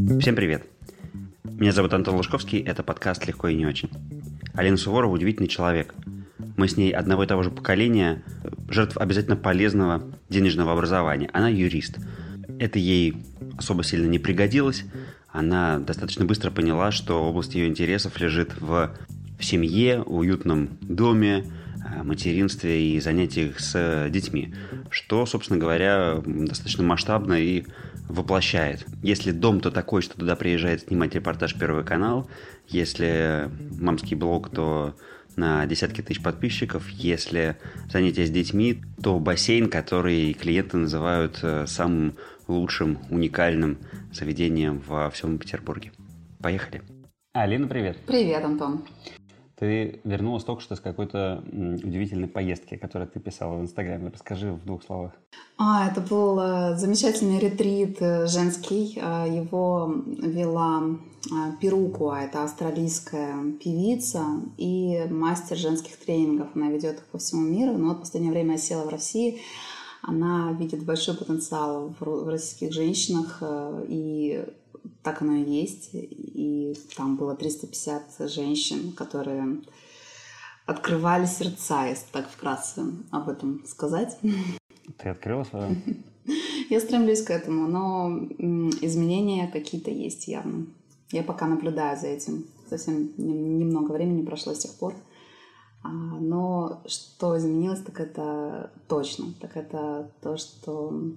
Всем привет! Меня зовут Антон Лужковский, это подкаст «Легко и не очень». Алина Суворова – удивительный человек. Мы с ней одного и того же поколения, жертв обязательно полезного денежного образования. Она юрист. Это ей особо сильно не пригодилось. Она достаточно быстро поняла, что область ее интересов лежит в семье, уютном доме, материнстве и занятиях с детьми, что, собственно говоря, достаточно масштабно и воплощает. Если дом, то такой, что туда приезжает снимать репортаж Первый канал. Если мамский блог, то на десятки тысяч подписчиков. Если занятия с детьми, то бассейн, который клиенты называют самым лучшим, уникальным заведением во всем Петербурге. Поехали. Алина, привет. Привет, Антон. Ты вернулась только что с какой-то удивительной поездки, которую ты писала в Инстаграме. Расскажи в 2 словах. Это был замечательный ретрит женский. Его вела Перукуа, это австралийская певица и мастер женских тренингов. Она ведет их по всему миру, но в последнее время осела в России. Она видит большой потенциал в российских женщинах, и так оно и есть. И там было 350 женщин, которые открывали сердца, если так вкратце об этом сказать. Ты открыла свое? Я стремлюсь к этому, но изменения какие-то есть явно. Я пока наблюдаю за этим. Совсем немного времени прошло с тех пор. Но что изменилось, так это точно. Так это то, что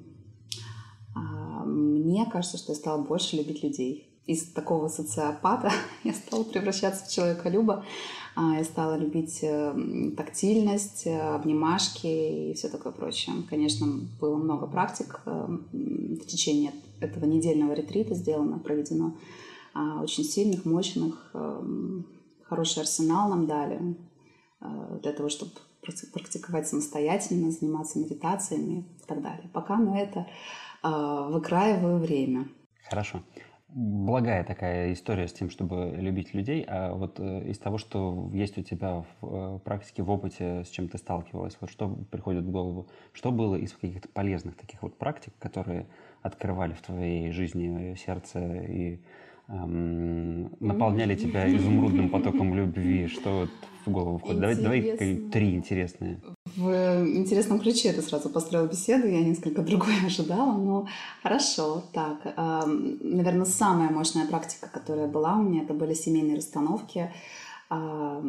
мне кажется, что я стала больше любить людей. Из такого социопата я стала превращаться в человеколюба. Я стала любить тактильность, обнимашки и все такое прочее. Конечно, было много практик в течение этого недельного ретрита сделано, проведено. Очень сильных, мощных, хороший арсенал нам дали для того, чтобы практиковать самостоятельно, заниматься медитациями и так далее. Пока на это выкраиваю время. Хорошо. Благая такая история с тем, чтобы любить людей. А вот из того, что есть у тебя в практике, в опыте, с чем ты сталкивалась, вот что приходит в голову? Что было из каких-то полезных таких вот практик, которые открывали в твоей жизни сердце и наполняли тебя изумрудным потоком любви? Что вот в голову входит? Давай 3 интересные. В интересном ключе ты сразу построила беседу, я несколько другое ожидала, но хорошо. Так, наверное, самая мощная практика, которая была у меня, это были семейные расстановки. Эта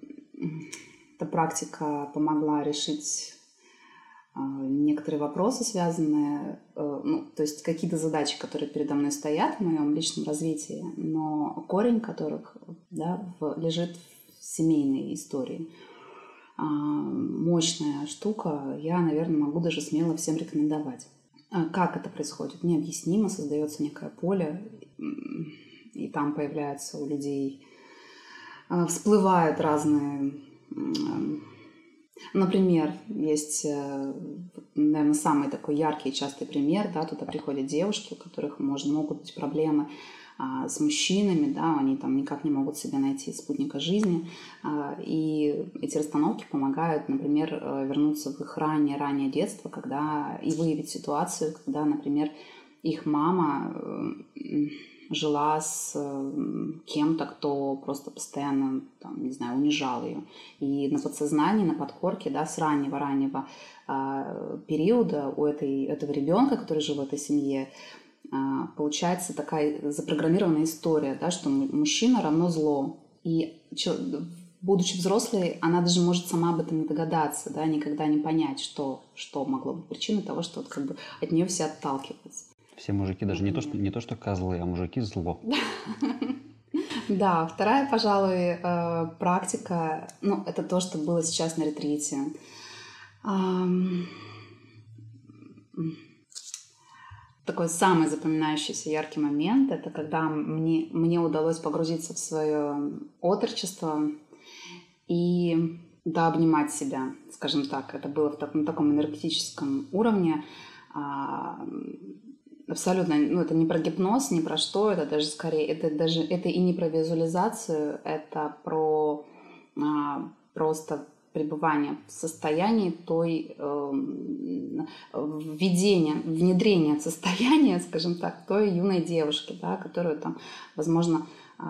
практика помогла решить некоторые вопросы, связанные, то есть какие-то задачи, которые передо мной стоят в моем личном развитии, но корень которых лежит в семейной истории. Мощная штука, я, наверное, могу даже смело всем рекомендовать. Как это происходит? Необъяснимо, создается некое поле, и там появляются у людей, всплывают разные... Например, есть, наверное, самый такой яркий и частый пример, туда приходят девушки, у которых могут быть проблемы с мужчинами, они там никак не могут себе найти спутника жизни, и эти расстановки помогают, например, вернуться в их раннее детство, и выявить ситуацию, когда, например, их мама жила с кем-то, кто просто постоянно, унижал ее. И на подсознании, на подкорке, с раннего периода у этого ребенка, который жил в этой семье, получается такая запрограммированная история, что мужчина равно зло. И будучи взрослой, она даже может сама об этом не догадаться, никогда не понять, что могло быть причиной того, что от нее все отталкиваются. Все мужики даже не то что козлы, а мужики зло. Да, вторая, пожалуй, практика, это то, что было сейчас на ретрите. Такой самый запоминающийся яркий момент — это когда мне удалось погрузиться в свое отрочество и обнимать себя, скажем так. Это было на таком энергетическом уровне. Абсолютно, это не про гипноз, не про что, это даже скорее, это и не про визуализацию, это про просто пребывания в состоянии той внедрения состояния, скажем так, той юной девушки, да, которую там, возможно,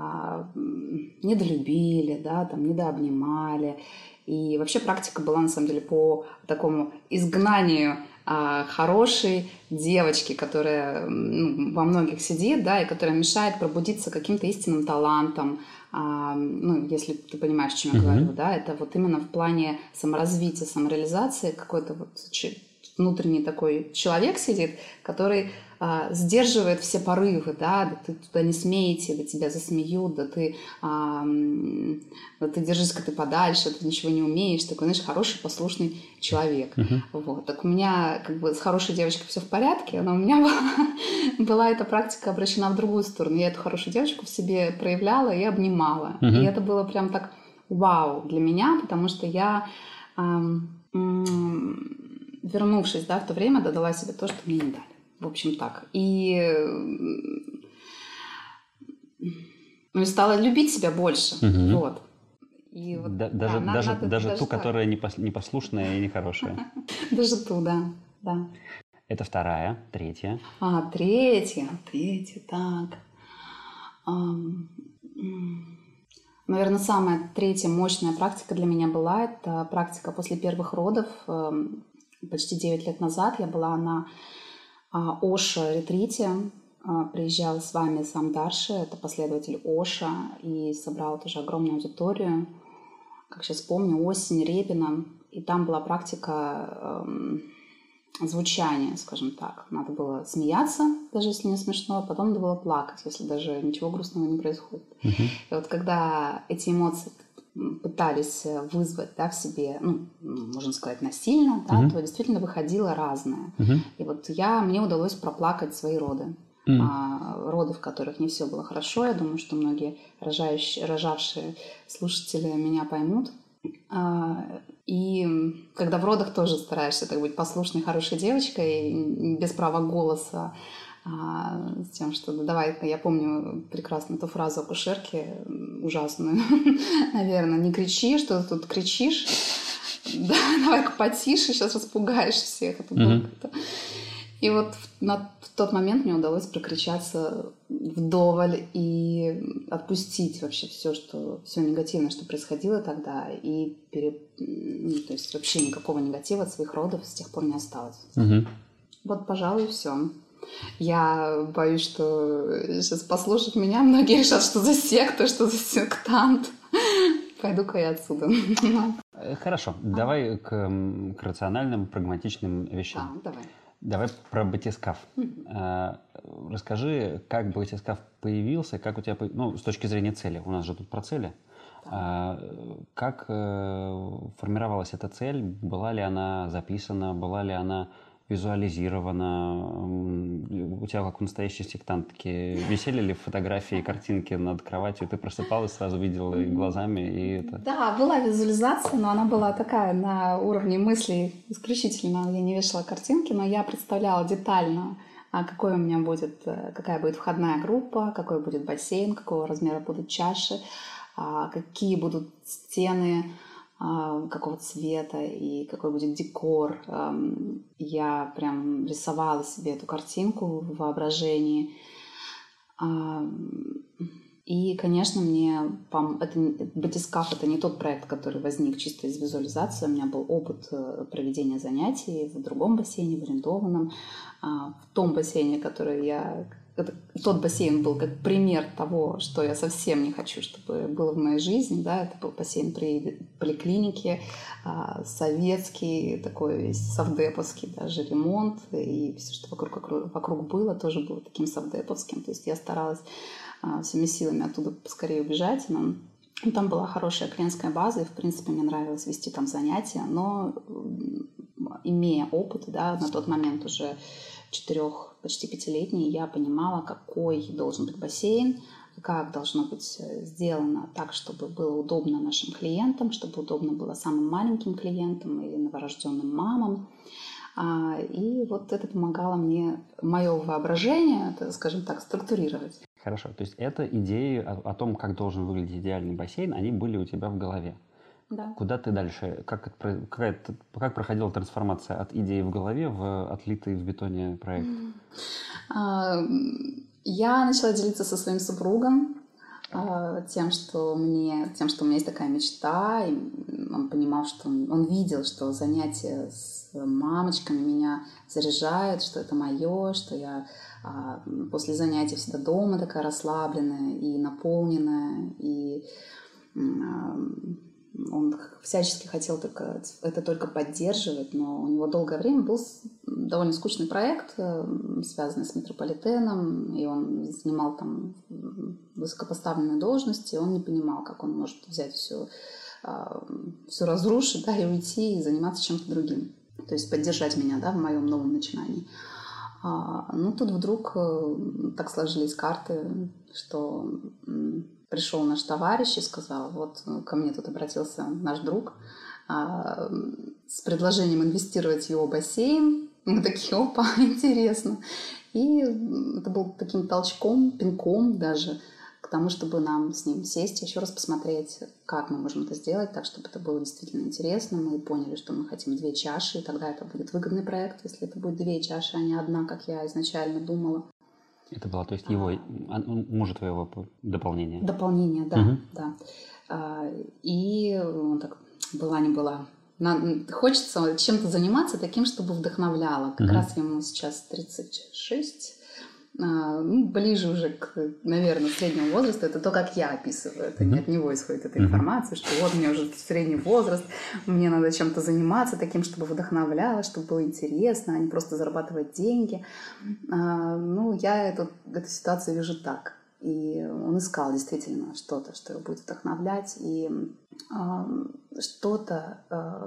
недолюбили, да, там, недообнимали. И вообще практика была, на самом деле, по такому изгнанию хорошей девочки, которая во многих сидит, да, и которая мешает пробудиться каким-то истинным талантом. Если ты понимаешь, о чем я говорю, да, это вот именно в плане саморазвития, самореализации какой-то вот внутренний такой человек сидит, который сдерживает все порывы, да ты туда не смей идти, да тебя засмеют, да ты держись-ка ты подальше, ты ничего не умеешь, такой, знаешь, хороший, послушный человек. Вот. Так у меня как бы с хорошей девочкой все в порядке, но у меня была эта практика обращена в другую сторону. Я эту хорошую девочку в себе проявляла и обнимала. И это было прям так вау для меня, потому что я, вернувшись, да, в то время, додала себе то, что мне не дали. В общем, так. И стала любить себя больше. Вот. И вот, даже ту, которая непослушная и нехорошая. Даже ту, да. Это вторая, третья. Третья, так. Наверное, самая третья мощная практика для меня была, это практика после первых родов. Почти 9 лет назад я была на Оша-ретрите, приезжал с вами сам Дарши, это последователь Оша, и собрал тоже огромную аудиторию, как сейчас помню, осень, Репино, и там была практика звучания, скажем так. Надо было смеяться, даже если не смешно, а потом надо было плакать, если даже ничего грустного не происходит. И вот когда эти эмоции пытались вызвать, да, в себе, можно сказать, насильно, да, то действительно выходило разное. И вот мне удалось проплакать свои роды. Роды, в которых не все было хорошо. Я думаю, что многие рожавшие слушатели меня поймут. И когда в родах тоже стараешься так быть послушной, хорошей девочкой, без права голоса, с тем, что давай, я помню прекрасно эту фразу акушерки, ужасную, наверное, не кричи, что ты тут кричишь, да, давай-ка потише, сейчас распугаешь всех. Это было как-то... И вот в тот момент мне удалось прокричаться вдоволь и отпустить вообще все негативное, что происходило тогда, и то есть вообще никакого негатива от своих родов с тех пор не осталось. Вот, пожалуй, все. Я боюсь, что сейчас послушав меня, многие решат, что за секта, что за сектант. Пойду-ка я отсюда. Хорошо, давай к рациональным, прагматичным вещам. Давай про батискаф. Расскажи, как батискаф появился, как у тебя, с точки зрения цели. У нас же тут про цели. Как формировалась эта цель? Была ли она записана? Была ли она визуализирована? У тебя, как у настоящей сектантки, висели ли фотографии, картинки над кроватью? Ты просыпалась, сразу видела глазами и это? Да, была визуализация, но она была такая на уровне мыслей исключительно. Я не вешала картинки, но я представляла детально, какая будет входная группа, какой будет бассейн, какого размера будут чаши, какие будут стены, какого цвета и какой будет декор. Я прям рисовала себе эту картинку в воображении. И, конечно, батискаф — это не тот проект, который возник чисто из визуализации. У меня был опыт проведения занятий в другом бассейне, в арендованном. В том бассейне, тот бассейн был как пример того, что я совсем не хочу, чтобы было в моей жизни. Да? Это был бассейн при поликлинике, советский, такой весь совдеповский даже ремонт. И все, что вокруг было, тоже было таким совдеповским. То есть я старалась всеми силами оттуда поскорее убежать. Но там была хорошая клиентская база, и, в принципе, мне нравилось вести там занятия. Но имея опыт, да, на тот момент уже почти 5-летний, я понимала, какой должен быть бассейн, как должно быть сделано так, чтобы было удобно нашим клиентам, чтобы удобно было самым маленьким клиентам и новорожденным мамам. И вот это помогало мне, мое воображение, скажем так, структурировать. Хорошо, то есть это идеи о том, как должен выглядеть идеальный бассейн, они были у тебя в голове. Да. Куда ты дальше? Как проходила трансформация от идеи в голове в отлитый в бетоне проект? Я начала делиться со своим супругом тем, что у меня есть такая мечта, и он понимал, что он видел, что занятия с мамочками меня заряжают, что это мое, что я после занятий всегда дома такая расслабленная и наполненная, и он всячески хотел это только поддерживать, но у него долгое время был довольно скучный проект, связанный с метрополитеном, и он занимал там высокопоставленные должности, и он не понимал, как он может взять все разрушить, да, и уйти, и заниматься чем-то другим. То есть поддержать меня, да, в моем новом начинании. Ну, тут вдруг так сложились карты, что пришел наш товарищ и сказал, вот ко мне тут обратился наш друг с предложением инвестировать в его бассейн. Мы такие, опа, интересно. И это был таким толчком, пинком даже к тому, чтобы нам с ним сесть, еще раз посмотреть, как мы можем это сделать, так, чтобы это было действительно интересно. Мы поняли, что мы хотим 2 чаши, и тогда это будет выгодный проект, если это будет 2 чаши, а не одна, как я изначально думала. Это было, то есть его, мужа твоего дополнение? Дополнение, да, да. И он так, была не была. Хочется чем-то заниматься таким, чтобы вдохновляло. Как раз ему сейчас 36, ближе уже к, наверное, среднему возрасту. Это то, как я описываю. Это не от него исходит эта информация, что вот у меня уже средний возраст, мне надо чем-то заниматься таким, чтобы вдохновляло, чтобы было интересно, а не просто зарабатывать деньги. Ну, я эту ситуацию вижу так. И он искал действительно что-то, что его будет вдохновлять, и что-то,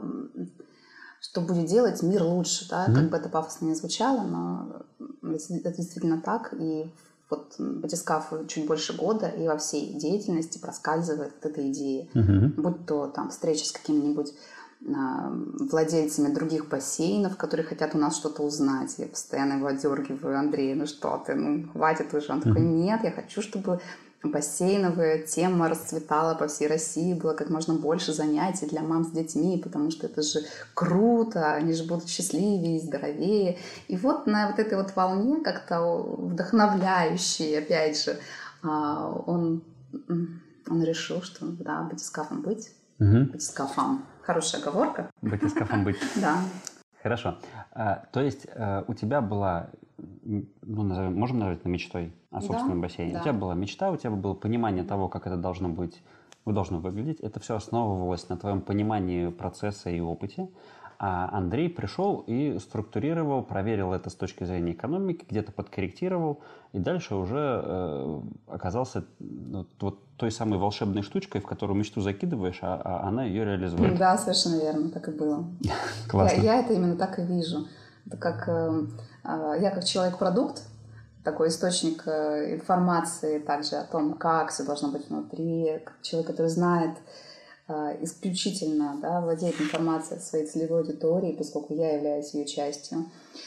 что будет делать мир лучше, да, как бы это пафосно не звучало, но это действительно так, и вот батискафу чуть больше года, и во всей деятельности проскальзывает вот эта идея, будь то там встреча с какими-нибудь владельцами других бассейнов, которые хотят у нас что-то узнать. Я постоянно его отдергиваю: Андрей, ну что ты, ну хватит уже. Он такой: нет, я хочу, чтобы бассейновая тема расцветала по всей России, было как можно больше занятий для мам с детьми, потому что это же круто, они же будут счастливее и здоровее. И вот на вот этой вот волне, как-то вдохновляющей, опять же, он решил, что да, батискафом быть. Батискафом. Хорошая оговорка. Батискафом быть. Да. Хорошо. То есть у тебя была, ну, можем назвать мечтой о собственном бассейне? Да. У тебя была мечта, у тебя было понимание того, как это должно выглядеть. Это все основывалось на твоем понимании процесса и опыте. А Андрей пришел и структурировал, проверил это с точки зрения экономики, где-то подкорректировал, и дальше уже оказался вот той самой волшебной штучкой, в которую мечту закидываешь, а она ее реализует. Да, совершенно верно, так и было. Классно. Я это именно так и вижу. Это как я как человек-продукт, такой источник информации также о том, как все должно быть внутри, как человек, который знает исключительно, да, владеет информацией о своей целевой аудитории, поскольку я являюсь ее частью.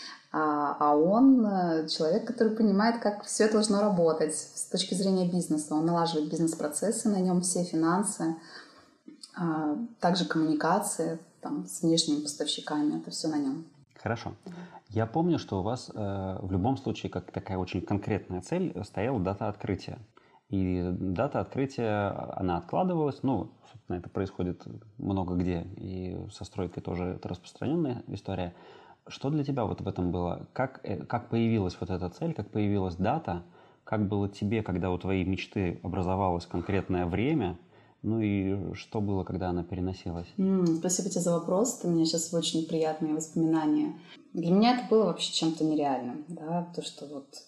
А он человек, который понимает, как все должно работать с точки зрения бизнеса. Он налаживает бизнес-процессы, на нем все финансы, также коммуникации там, с внешними поставщиками, это все на нем. Хорошо. Я помню, что у вас в любом случае, как такая очень конкретная цель, стояла дата открытия. И дата открытия, она откладывалась. Ну, собственно, это происходит много где. И со стройкой тоже это распространенная история. Что для тебя вот в этом было? Как появилась вот эта цель, как появилась дата? Как было тебе, когда у твоей мечты образовалось конкретное время? Ну и что было, когда она переносилась? Спасибо тебе за вопрос. У меня сейчас очень приятные воспоминания. Для меня это было вообще чем-то нереальным. Да? То, что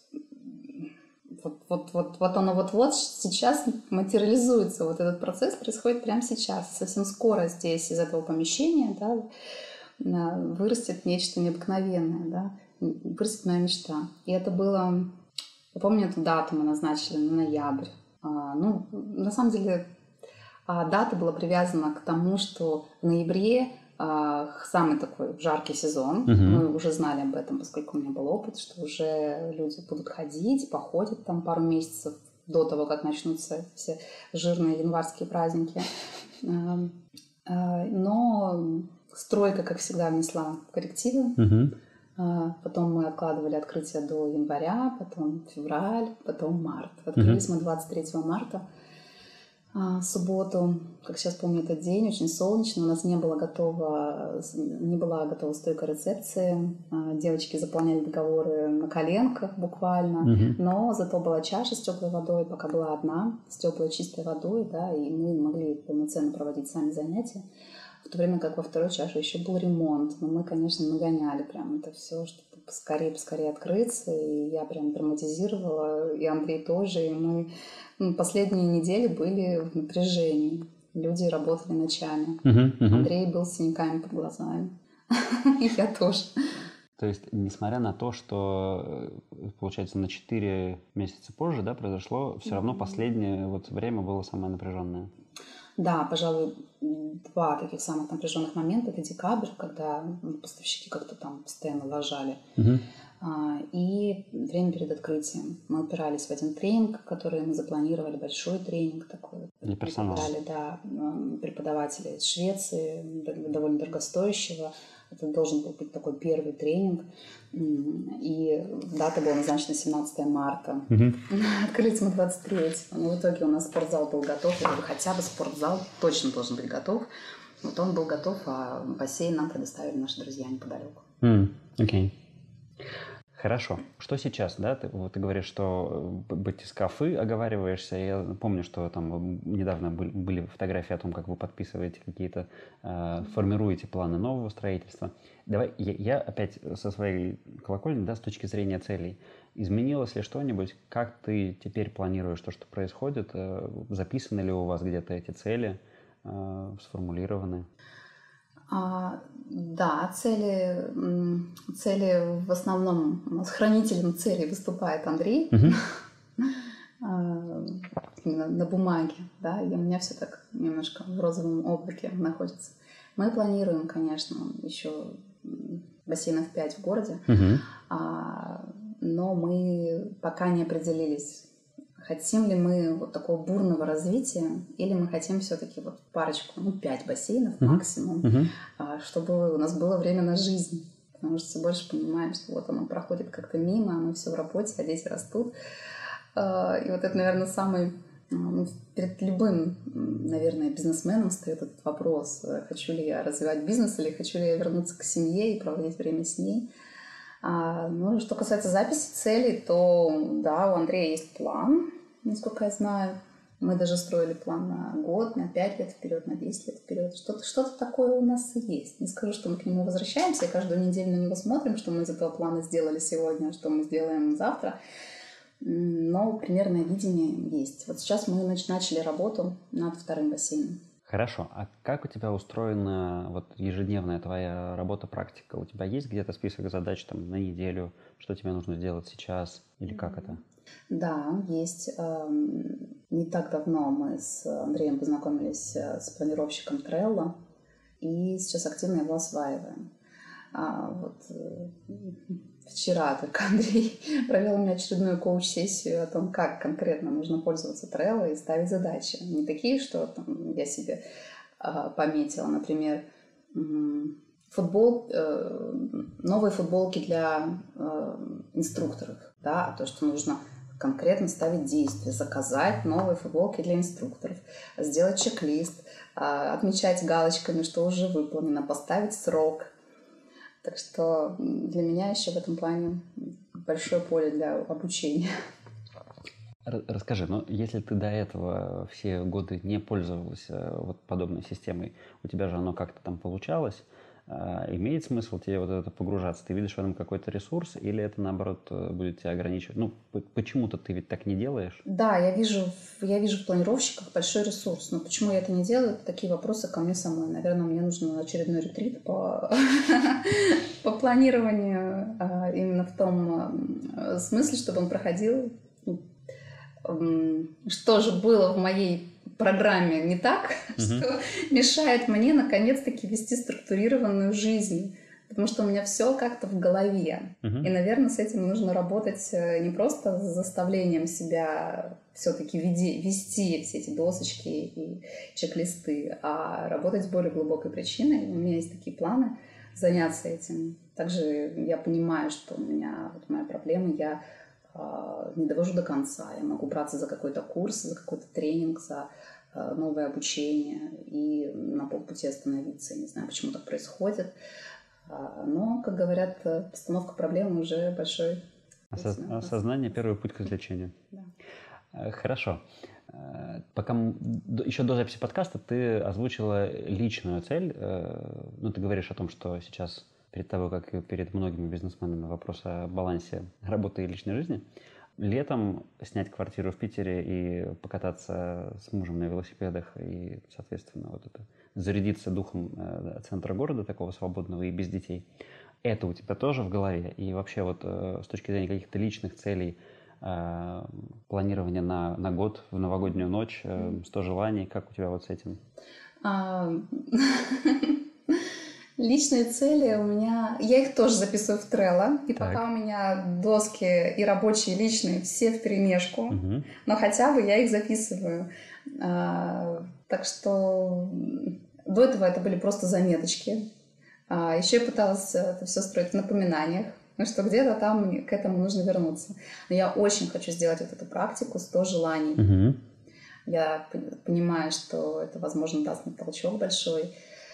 вот оно вот сейчас материализуется. Вот этот процесс происходит прямо сейчас. Совсем скоро здесь из этого помещения, да, вырастет нечто необыкновенное. Да? Вырастет моя мечта. И это было... Я помню эту дату мы назначили на ноябрь. Ну, на самом деле... Дата была привязана к тому, что в ноябре самый такой жаркий сезон. Мы уже знали об этом, поскольку у меня был опыт, что уже люди будут ходить, походят там пару месяцев до того, как начнутся все жирные январские праздники. Но стройка, как всегда, внесла коррективы. Потом мы откладывали открытие до января, потом февраль, потом март. Открылись мы 23 марта, в субботу. Как сейчас помню этот день, очень солнечно. У нас не была готова стойка рецепции. Девочки заполняли договоры на коленках буквально. Но зато была чаша с теплой водой, пока была одна, с теплой чистой водой, да, и мы могли полноценно проводить сами занятия. В то время как во второй чаше еще был ремонт. Но мы, конечно, нагоняли прям это все, чтобы поскорее открыться. И я прям драматизировала, и Андрей тоже. И мы последние недели были в напряжении. Люди работали ночами. Андрей был с синяками под глазами. И я тоже. То есть, несмотря на то, что, получается, на 4 месяца позже, да, произошло, все равно последнее вот время было самое напряженное. Да, пожалуй, 2 таких самых напряженных момента. Это декабрь, когда поставщики как-то там постоянно лажали. И время перед открытием. Мы упирались в один тренинг, который мы запланировали, большой тренинг такой. Для персонала. Да, преподавателя из Швеции, довольно дорогостоящего. Это должен был быть такой первый тренинг. И дата была назначена 17 марта. Открылись мы 23-го. Но в итоге у нас спортзал был готов. Или хотя бы спортзал точно должен быть готов. Вот он был готов, а бассейн нам предоставили наши друзья неподалеку. Окей. Хорошо. Что сейчас, да? Ты говоришь, что батискафы оговариваешься. Я помню, что там недавно были фотографии о том, как вы подписываете какие-то, формируете планы нового строительства. Давай я опять со своей колокольни, да, с точки зрения целей. Изменилось ли что-нибудь? Как ты теперь планируешь то, что происходит? Записаны ли у вас где-то эти цели? Сформулированы? Да, цели в основном у нас хранителем целей выступает Андрей. Именно на бумаге, да, и у меня все так немножко в розовом облаке находится. Мы планируем, конечно, еще бассейнов 5 в городе, но мы пока не определились, хотим ли мы вот такого бурного развития, или мы хотим все-таки вот парочку, 5 бассейнов максимум, чтобы у нас было время на жизнь. Потому что все больше понимаем, что вот оно проходит как-то мимо, а мы все в работе, а дети растут. И вот это, наверное, самый... Перед любым, наверное, бизнесменом стоит этот вопрос. Хочу ли я развивать бизнес, или хочу ли я вернуться к семье и проводить время с ней. Ну, что касается записи целей, то да, у Андрея есть план, насколько я знаю. Мы даже строили план на год, на 5 лет вперед, на 10 лет вперед. Что-то такое у нас есть. Не скажу, что мы к нему возвращаемся, и каждую неделю на него смотрим, что мы из этого плана сделали сегодня, что мы сделаем завтра. Но примерное видение есть. Вот сейчас мы начали работу над 2-м бассейном. Хорошо. А как у тебя устроена вот ежедневная твоя работа-практика? У тебя есть где-то список задач там на неделю, что тебе нужно сделать сейчас, или как это? Да, есть. Не так давно мы с Андреем познакомились с планировщиком Trello, и сейчас активно его осваиваем. Вчера только Андрей провел мне очередную коуч-сессию о том, как конкретно нужно пользоваться Trello и ставить задачи. Не такие, что там, я себе пометила, например, новые футболки для инструкторов, да, а то, что нужно конкретно ставить действия, заказать новые футболки для инструкторов, сделать чек-лист, отмечать галочками, что уже выполнено, поставить срок. Так что для меня еще в этом плане большое поле для обучения. Расскажи, если ты до этого все годы не пользовалась вот подобной системой, у тебя же оно как-то там получалось, имеет смысл тебе вот это погружаться? Ты видишь в этом какой-то ресурс или это, наоборот, будет тебя ограничивать? Почему-то ты ведь так не делаешь? Да, я вижу в планировщиках большой ресурс. Но почему я это не делаю? Это такие вопросы ко мне самой. Наверное, мне нужен очередной ретрит по планированию именно в том смысле, чтобы он проходил. Что же было в моей программе не так, что мешает мне наконец-таки вести структурированную жизнь. Потому что у меня все как-то в голове. И, наверное, с этим нужно работать не просто с заставлением себя все-таки вести все эти досочки и чек-листы, а работать с более глубокой причиной. У меня есть такие планы заняться этим. Также я понимаю, что у меня вот моя проблема, я не довожу до конца. Я могу браться за какой-то курс, за какой-то тренинг, за новое обучение и на полпути остановиться. Я не знаю, почему так происходит. Но, как говорят, постановка проблемы уже большой... Осознание – первый путь к излечению. Да. Хорошо. Еще до записи подкаста ты озвучила личную цель. Ну, ты говоришь о том, что сейчас перед тобой, как и перед многими бизнесменами, вопрос о балансе работы и личной жизни. Летом снять квартиру в Питере и покататься с мужем на велосипедах и, соответственно, вот это, зарядиться духом центра города, такого свободного и без детей. Это у тебя тоже в голове? И вообще вот с точки зрения каких-то личных целей, планирования на год, в новогоднюю ночь, 100 желаний, как у тебя вот с этим? Личные цели у меня... Я их тоже записываю в Trello. И Так. пока у меня доски и рабочие, и личные все вперемешку. Но хотя бы я их записываю. Так что до этого это были просто заметочки. Еще я пыталась это все строить в напоминаниях. Ну что где-то там к этому нужно вернуться. Но я очень хочу сделать вот эту практику 100 желаний. Я понимаю, что это, возможно, даст мне толчок большой.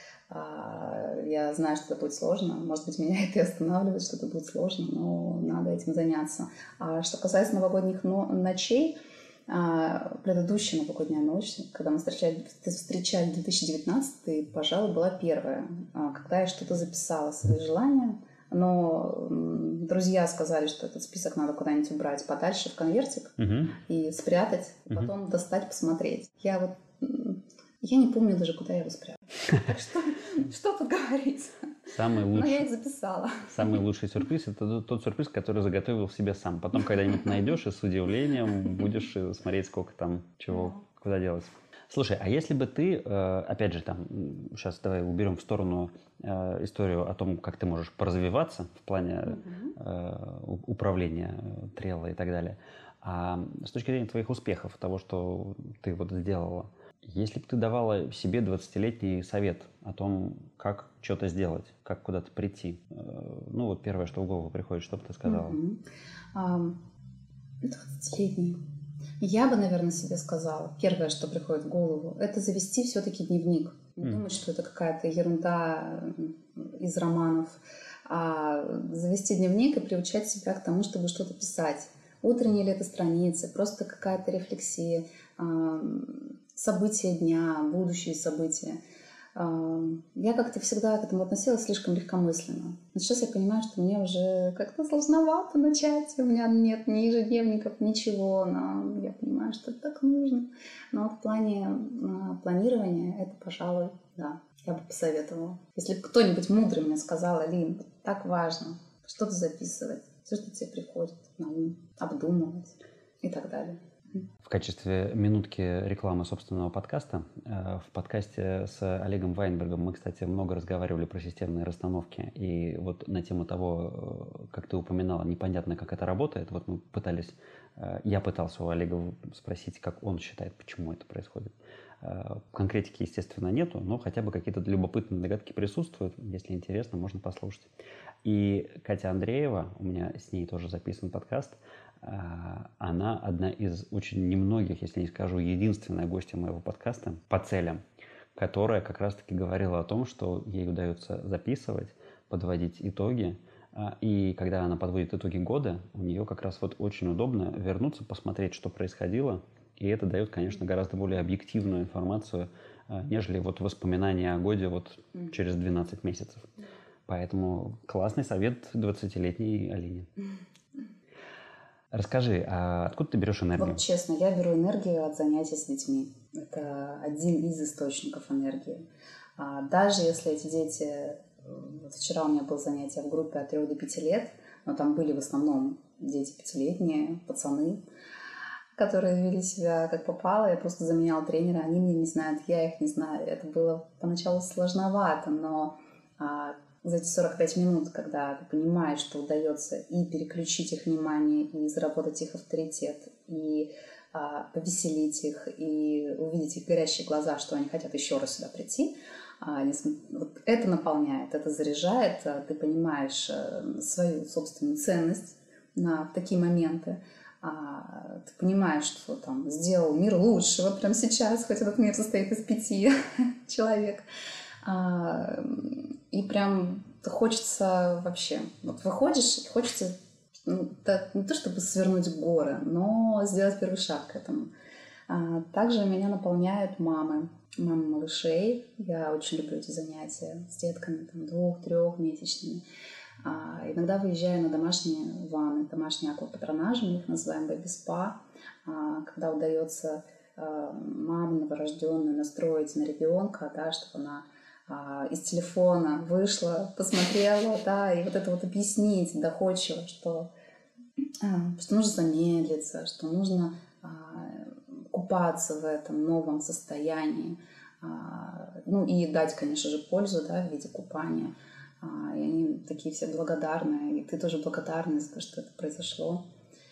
Я знаю, что это будет сложно. Может быть, меня это и останавливает, что это будет сложно, но надо этим заняться. А что касается новогодних ночей, предыдущая новогодняя ночь, когда мы встречали 2019, пожалуй, была первая, когда я что-то записала, свои желания. Но друзья сказали, что этот список надо куда-нибудь убрать подальше в конвертик и спрятать, и потом достать, посмотреть. Я не помню даже, куда я его спрятала. Так что тут говорить? Но я их записала. Самый лучший сюрприз – это тот сюрприз, который заготовил в себе сам. Потом когда-нибудь найдешь и с удивлением будешь смотреть, сколько там чего, куда делось. Слушай, а если бы ты, опять же, там, сейчас давай уберем в сторону историю о том, как ты можешь поразвиваться в плане управления Trello и так далее, а с точки зрения твоих успехов, того, что ты вот сделала, если бы ты давала себе 20-летний совет о том, как что-то сделать, как куда-то прийти, ну вот первое, что в голову приходит, что бы ты сказала? 20-летний. Я бы, наверное, себе сказала, первое, что приходит в голову, это завести все-таки дневник. Не думать, что это какая-то ерунда из романов, а завести дневник и приучать себя к тому, чтобы что-то писать. Утренние ли это страницы, просто какая-то рефлексия, события дня, будущие события. Я как-то всегда к этому относилась слишком легкомысленно. Но сейчас я понимаю, что мне уже как-то сложновато начать. У меня нет ни ежедневников, ничего. Но я понимаю, что это так нужно. Но вот в плане планирования это, пожалуй, да, я бы посоветовала. Если бы кто-нибудь мудрый мне сказал: Алин, так важно что-то записывать, все, что тебе приходит на ум, обдумывать и так далее. В качестве минутки рекламы собственного подкаста. В подкасте с Олегом Вайнбергом мы, кстати, много разговаривали про системные расстановки. И вот на тему того, как ты упоминала, непонятно, как это работает. Вот мы я пытался у Олега спросить, как он считает, почему это происходит. Конкретики, естественно, нету, но хотя бы какие-то любопытные догадки присутствуют. Если интересно, можно послушать. И Катя Андреева, у меня с ней тоже записан подкаст, она одна из очень немногих, если не скажу, единственная гостья моего подкаста по целям, которая как раз-таки говорила о том, что ей удается записывать, подводить итоги, и когда она подводит итоги года, у нее как раз вот очень удобно вернуться, посмотреть, что происходило, и это дает, конечно, гораздо более объективную информацию, нежели вот воспоминания о годе вот через 12 месяцев. Поэтому классный совет 20-летней Алине. Расскажи, а откуда ты берешь энергию? Вот честно, я беру энергию от занятий с детьми. Это один из источников энергии. Даже если эти дети... Вот вчера у меня было занятие в группе от 3 до 5 лет, но там были в основном дети 5-летние, пацаны, которые вели себя как попало. Я просто заменяла тренера, они меня не знают, я их не знаю. Это было поначалу сложновато, но за эти 45 минут, когда ты понимаешь, что удается и переключить их внимание, и заработать их авторитет, и повеселить их и увидеть их горящие глаза, что они хотят еще раз сюда прийти. Вот это наполняет, это заряжает, ты понимаешь свою собственную ценность в такие моменты. Ты понимаешь, что там сделал мир лучше, вот прямо сейчас, хоть этот мир состоит из 5 человек. И прям хочется вообще, вот выходишь, и хочется не то чтобы свернуть горы, но сделать первый шаг к этому. Также меня наполняют мамы малышей. Я очень люблю эти занятия с детками, 2-3-месячными. Иногда выезжаю на домашние ванны, домашние аквапатронажи, мы их называем бэби-спа, когда удается маму новорожденную настроить на ребенка, да, чтобы она из телефона вышла, посмотрела, да, и вот это вот объяснить доходчиво, что нужно замедлиться, что нужно купаться в этом новом состоянии, и дать, конечно же, пользу, да, в виде купания. И они такие все благодарные, и ты тоже благодарна за то, что это произошло.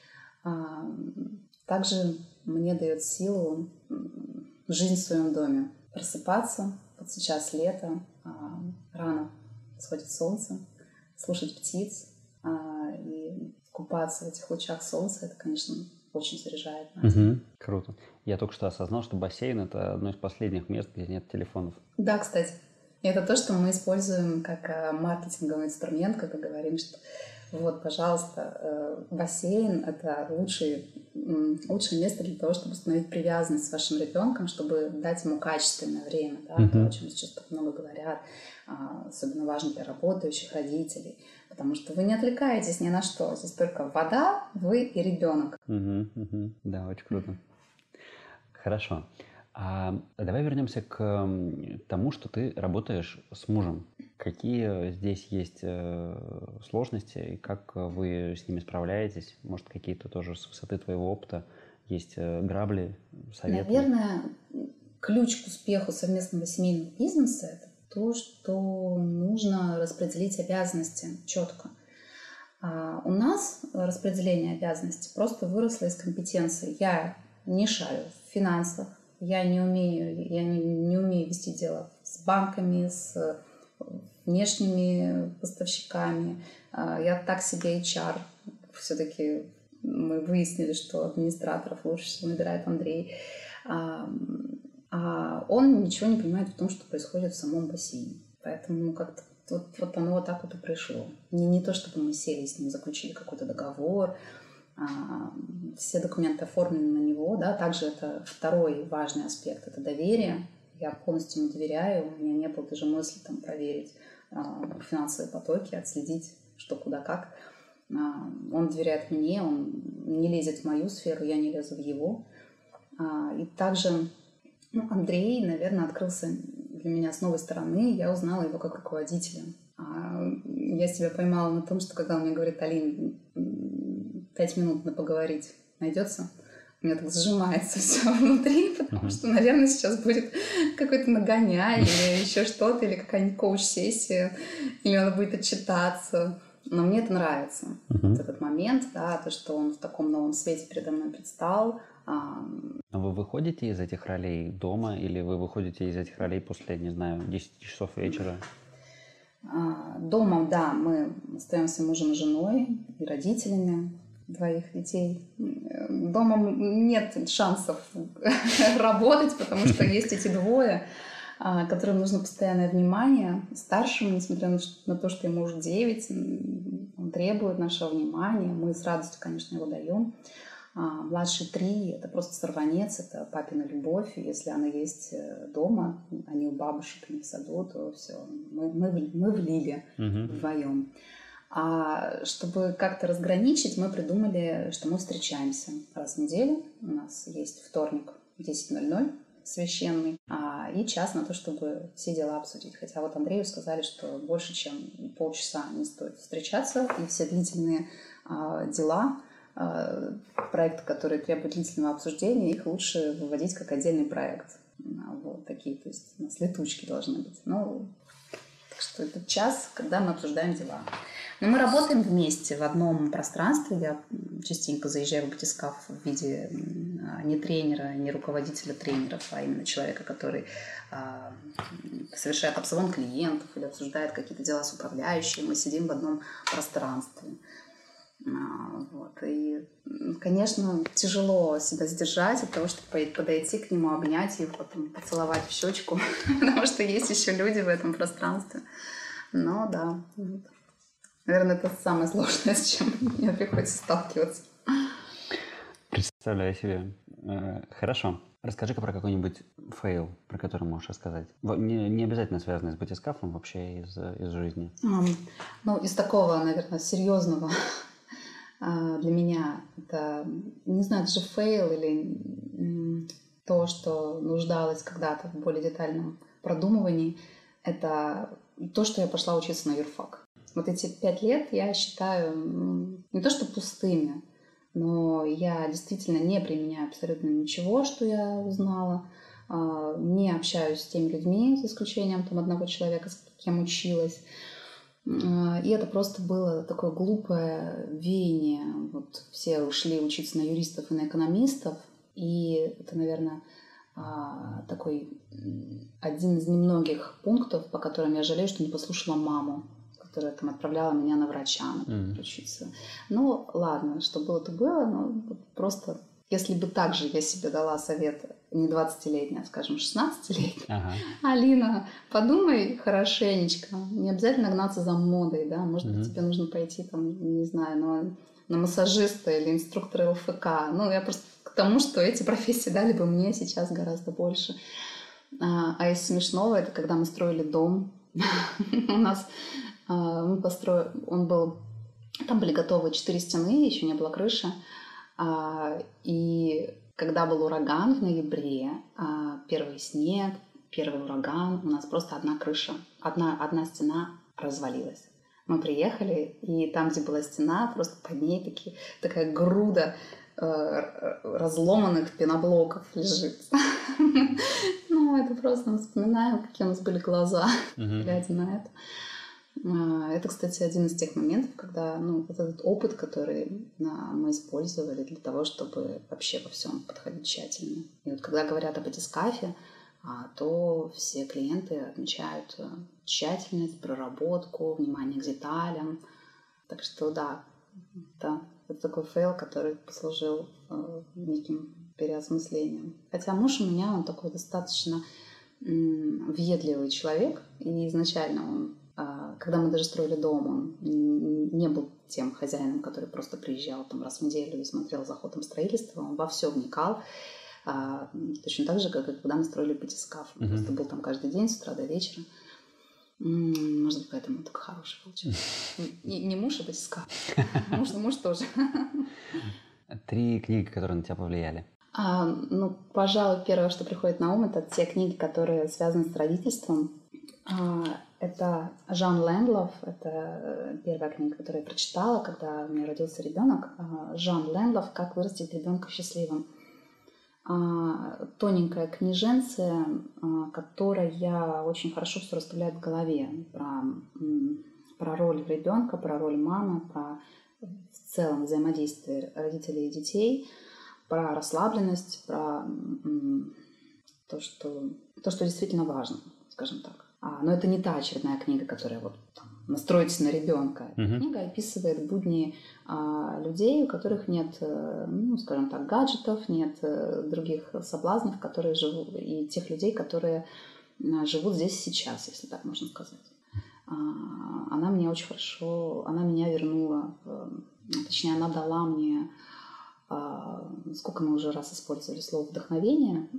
Также мне дает силу жизнь в своем доме. Просыпаться, вот сейчас лето, рано сходит солнце, слушать птиц и купаться в этих лучах солнца, это, конечно, очень заряжает нас. Круто. Я только что осознал, что бассейн – это одно из последних мест, где нет телефонов. Да, кстати. И это то, что мы используем как маркетинговый инструмент, когда говорим, что вот, пожалуйста, бассейн – это лучшее место для того, чтобы установить привязанность с вашим ребенком, чтобы дать ему качественное время, да, то, о чем сейчас так много говорят, особенно важно для работающих родителей, потому что вы не отвлекаетесь ни на что, здесь только вода, вы и ребенок. Да, очень круто. Хорошо. Давай вернемся к тому, что ты работаешь с мужем. Какие здесь есть сложности и как вы с ними справляетесь? Может, какие-то тоже с высоты твоего опыта есть грабли, советы? Наверное, ключ к успеху совместного семейного бизнеса – это то, что нужно распределить обязанности четко. У нас распределение обязанностей просто выросло из компетенции. Я не шарю в финансах, я не умею вести дело с банками, с внешними поставщиками. Я так себе HR. Все-таки мы выяснили, что администраторов лучше всего набирает Андрей. А он ничего не понимает в том, что происходит в самом бассейне. Поэтому как-то вот оно вот так вот и пришло. Не то, чтобы мы сели с ним, заключили какой-то договор, все документы оформлены на него, да, также это второй важный аспект, это доверие. Я полностью ему доверяю, у меня не было даже мысли там проверить финансовые потоки, отследить, что, куда, как. Он доверяет мне, он не лезет в мою сферу, я не лезу в его. И также Андрей, наверное, открылся для меня с новой стороны, я узнала его как руководителя. Я себя поймала на том, что когда он мне говорит: Алин, 5 минут на поговорить найдется? У меня так сжимается все внутри, потому что, наверное, сейчас будет какой-то нагоняй или еще что-то, или какая-нибудь коуч-сессия, или он будет отчитаться. Но мне это нравится, вот этот момент, да, то, что он в таком новом свете передо мной предстал. А вы выходите из этих ролей дома или вы выходите из этих ролей после, не знаю, 10 часов вечера? Дома, да, мы остаемся мужем и женой и родителями 2 детей. Дома нет шансов работать, потому что есть эти 2, которым нужно постоянное внимание. Старшему, несмотря на то, что ему уже 9, он требует нашего внимания. Мы с радостью, конечно, его даем. Младший 3 — это просто сорванец, это папина любовь. Если она есть дома, а не у бабушек или в саду, то все, мы в лиге вдвоем. А чтобы как-то разграничить, мы придумали, что мы встречаемся раз в неделю. У нас есть вторник 10:00 священный, и час на то, чтобы все дела обсудить. Хотя вот Андрею сказали, что больше, чем полчаса не стоит встречаться, и все длительные дела, проекты, которые требуют длительного обсуждения, их лучше выводить как отдельный проект. Вот такие, то есть у нас летучки должны быть. Ну, так что что это час, когда мы обсуждаем дела. Но мы работаем вместе в одном пространстве. Я частенько заезжаю в батискаф в виде не тренера, не руководителя тренеров, а именно человека, который совершает обзвон клиентов или обсуждает какие-то дела с управляющим. Мы сидим в одном пространстве. Вот. И, конечно, тяжело себя сдержать от того, чтобы подойти к нему, обнять его, потом поцеловать в щечку, потому что есть еще люди в этом пространстве. Но да, наверное, это самое сложное, с чем мне приходится сталкиваться. Представляю себе. Хорошо. Расскажи-ка про какой-нибудь фейл, про который можешь рассказать. Не обязательно связанный с батискафом, вообще из жизни. Из такого, наверное, серьезного для меня это, не знаю, это же фейл или то, что нуждалось когда-то в более детальном продумывании, это то, что я пошла учиться на юрфак. Вот эти 5 лет я считаю не то что пустыми, но я действительно не применяю абсолютно ничего, что я узнала, не общаюсь с теми людьми, за исключением одного человека, с кем училась. И это просто было такое глупое веяние. Вот все ушли учиться на юристов и на экономистов, и это, наверное, такой один из немногих пунктов, по которым я жалею, что не послушала маму, которая там отправляла меня на врача, например, учиться. Ну, ладно, что было, то было, но просто если бы так же я себе дала совет не 20-летняя, а, скажем, 16-летняя. Алина, подумай хорошенечко. Не обязательно гнаться за модой, да. Может быть, тебе нужно пойти, там, не знаю, на массажиста или инструктора ЛФК. Ну, я просто к тому, что эти профессии дали бы мне сейчас гораздо больше. А из смешного, это когда мы строили дом. У нас мы построили... Там были готовы 4 стены, еще не было крыши. И когда был ураган в ноябре, первый снег, первый ураган, у нас просто одна крыша, одна стена развалилась. Мы приехали, и там, где была стена, просто под ней такая груда разломанных пеноблоков лежит. Ну, это просто мы вспоминаем, какие у нас были глаза, глядя на это. Это, кстати, один из тех моментов, когда вот этот опыт, который мы использовали для того, чтобы вообще во всем подходить тщательно. И вот когда говорят о батискафе, то все клиенты отмечают тщательность, проработку, внимание к деталям. Так что да, это такой фейл, который послужил неким переосмыслением. Хотя муж у меня, он такой достаточно въедливый человек, и изначально он, когда мы даже строили дом, он не был тем хозяином, который просто приезжал там раз в неделю и смотрел за ходом строительства, он во все вникал, точно так же, как и когда мы строили батискаф. Он просто был там каждый день с утра до вечера. Может быть, поэтому он такой хороший получился. Не муж, а батискаф. Муж тоже. 3 книги, которые на тебя повлияли. Пожалуй, первое, что приходит на ум, это те книги, которые связаны с родительством. Это Жан Лендлов, это первая книга, которую я прочитала, когда у меня родился ребенок. Жан Лендлов «Как вырастить ребенка счастливым». Тоненькая книженция, которая очень хорошо все расставляет в голове про роль ребенка, про роль мамы, про в целом взаимодействие родителей и детей, про расслабленность, про то, что действительно важно, скажем так. Но это не та очередная книга, которая настройтесь на ребенка. Эта книга описывает будни людей, у которых нет, скажем так, гаджетов, нет других соблазнов, которые живут, и тех людей, которые живут здесь сейчас, если так можно сказать. Она мне очень хорошо, она меня вернула, точнее, она дала мне, сколько мы уже раз использовали слово «вдохновение»,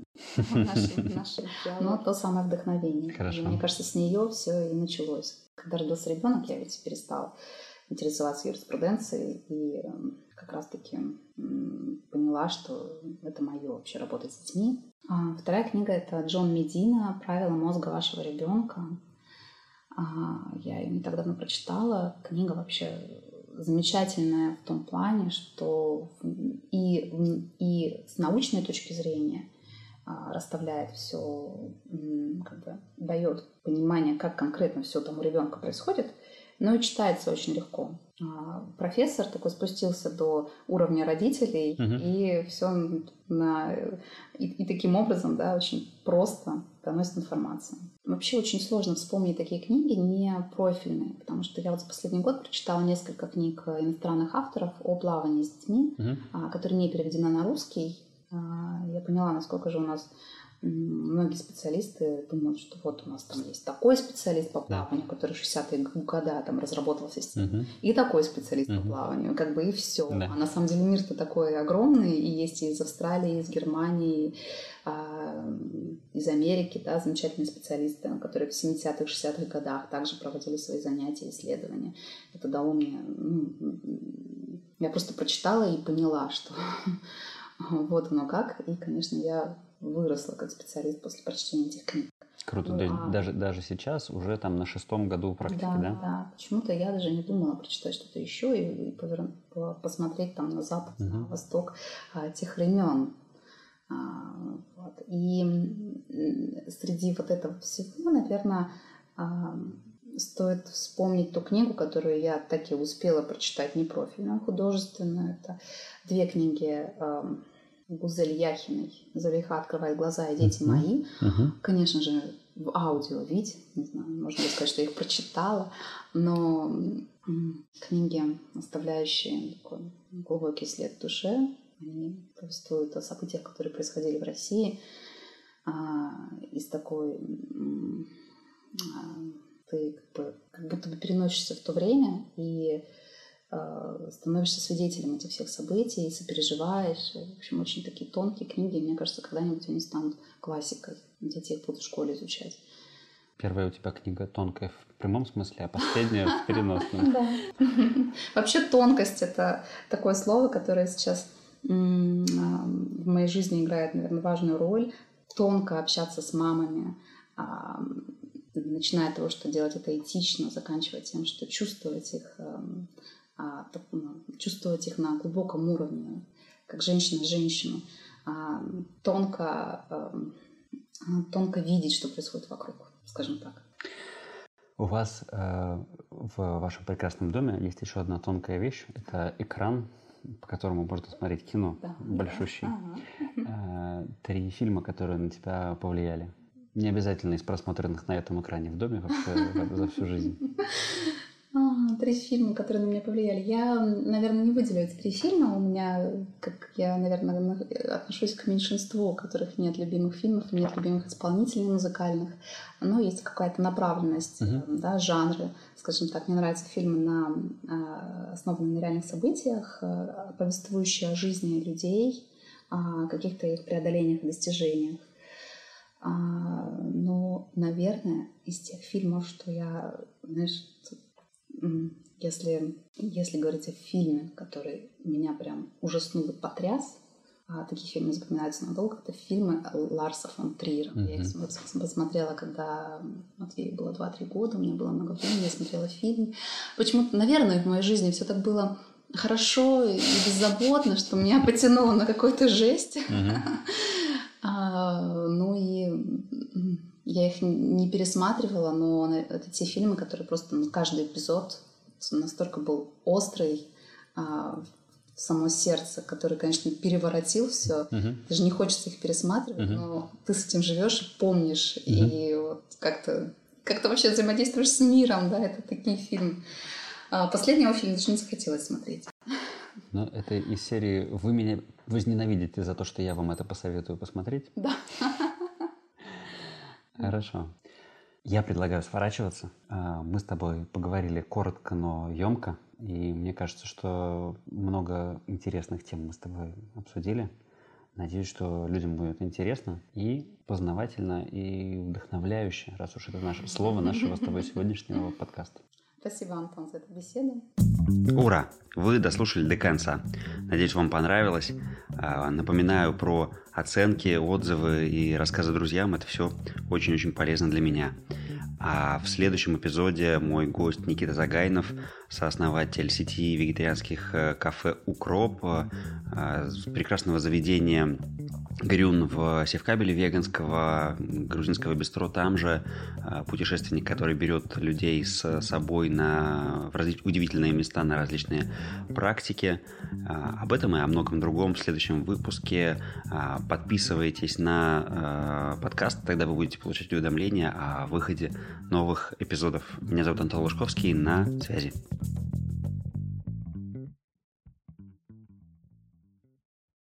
но то самое вдохновение. И мне кажется, с нее все и началось. Когда родился ребенок, я ведь перестала интересоваться юриспруденцией и как раз-таки поняла, что это мое вообще работать с детьми. Вторая книга — это Джон Медина «Правила мозга вашего ребенка». Я ее не так давно прочитала. Книга вообще замечательная в том плане, что и с научной точки зрения, расставляет все, как бы дает понимание, как конкретно все там у ребенка происходит, но и читается очень легко. Профессор такой спустился до уровня родителей, и все и таким образом, да, очень просто доносит информацию. Вообще очень сложно вспомнить такие книги не профильные, потому что я вот за последний год прочитала несколько книг иностранных авторов о плавании с детьми, которые не переведены на русский. Я поняла, насколько же у нас многие специалисты думают, что вот у нас там есть такой специалист по плаванию, который в 60-е годы там разработал систему, и такой специалист по плаванию, как бы и все. А на самом деле мир-то такой огромный, и есть и из Австралии, из Германии, из Америки, да, замечательные специалисты, которые в 70-х, 60-х годах также проводили свои занятия, исследования. Это дало мне... я просто прочитала и поняла, что вот оно как. И, конечно, я выросла как специалист после прочтения этих книг. Круто. Даже сейчас, уже там на 6-м году практики, да? Да. Почему-то я даже не думала прочитать что-то еще и посмотреть там на Запад, на Восток тех времен. Вот. И среди вот этого всего, наверное, стоит вспомнить ту книгу, которую я таки успела прочитать, не профильную, художественную. Это 2 книги Гузель Яхиной «Зулейха открывает глаза» и «Дети мои». Конечно же, в аудио-виде, не знаю, можно сказать, что я их прочитала, но книги, оставляющие такой глубокий след в душе, они повествуют о событиях, которые происходили в России, из такой... ты как будто бы переносишься в то время и становишься свидетелем этих всех событий, сопереживаешь. В общем, очень такие тонкие книги. Мне кажется, когда-нибудь они станут классикой. Дети их будут в школе изучать. Первая у тебя книга тонкая в прямом смысле, а последняя в переносном. Да. Вообще тонкость — это такое слово, которое сейчас в моей жизни играет, наверное, важную роль. Тонко общаться с мамами, начиная от того, что делать это этично, заканчивая тем, что чувствовать их на глубоком уровне, как женщина женщину, тонко видеть, что происходит вокруг, скажем так. У вас в вашем прекрасном доме есть еще одна тонкая вещь. Это экран, по которому можно смотреть кино, большущий. 3 фильма, которые на тебя повлияли. Не обязательно из просмотренных на этом экране в доме, вообще за всю жизнь. 3 фильма, которые на меня повлияли. Я, наверное, не выделю эти 3 фильма. У меня, как я, наверное, отношусь к меньшинству, у которых нет любимых фильмов, нет любимых исполнителей музыкальных. Но есть какая-то направленность, да, жанры. Скажем так, мне нравятся фильмы, основанные на реальных событиях, повествующие о жизни людей, о каких-то их преодолениях и достижениях. Но, наверное, из тех фильмов, что я, знаешь, если говорить о фильме, который меня прям ужаснул и потряс, такие фильмы запоминаются надолго, это фильмы Ларса фон Триера. Я их посмотрела, когда Матвею было 2-3 года, у меня было много времени, я смотрела фильм. Почему-то, наверное, в моей жизни все так было хорошо и беззаботно, что меня потянуло на какую-то жесть. Ну и я их не пересматривала, но это те фильмы, которые просто каждый эпизод настолько был острый в само сердце, который, конечно, переворотил все. Даже не хочется их пересматривать, но ты с этим живешь и помнишь, и вот как-то вообще взаимодействуешь с миром, да, это такие фильмы. Последнего фильма даже не захотелось смотреть. Ну, это из серии «Вы меня возненавидите за то, что я вам это посоветую посмотреть». Да. Хорошо. Я предлагаю сворачиваться. Мы с тобой поговорили коротко, но емко. И мне кажется, что много интересных тем мы с тобой обсудили. Надеюсь, что людям будет интересно и познавательно, и вдохновляюще, раз уж это наше слово нашего с тобой сегодняшнего подкаста. Спасибо, Антон, за эту беседу. Ура! Вы дослушали до конца. Надеюсь, вам понравилось. Напоминаю про оценки, отзывы и рассказы друзьям. Это все очень-очень полезно для меня. А в следующем эпизоде мой гость Никита Загайнов, сооснователь сети вегетарианских кафе «Укроп», прекрасного заведения Грюн в Севкабеле веганского, грузинского бистро, там же путешественник, который берет людей с собой в удивительные места, на различные практики. Об этом и о многом другом в следующем выпуске. Подписывайтесь на подкаст, тогда вы будете получать уведомления о выходе новых эпизодов. Меня зовут Антон Лужковский, на связи.